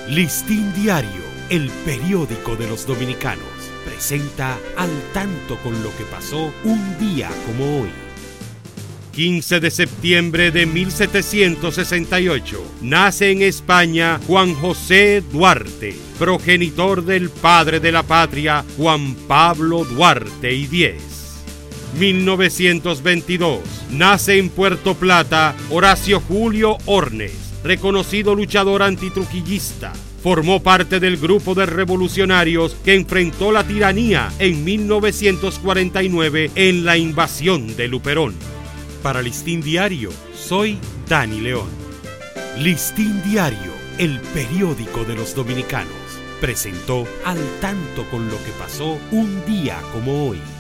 Listín Diario, el periódico de los dominicanos, presenta Al tanto con lo que pasó un día como hoy. 15 de septiembre de 1768, nace en España Juan José Duarte, progenitor del padre de la patria, Juan Pablo Duarte y Diez. 1922, nace en Puerto Plata Horacio Julio Ornes, reconocido luchador antitrujillista. Formó parte del grupo de revolucionarios que enfrentó la tiranía en 1949 en la invasión de Luperón. Para Listín Diario, soy Dani León. Listín Diario, el periódico de los dominicanos, presentó Al tanto con lo que pasó un día como hoy.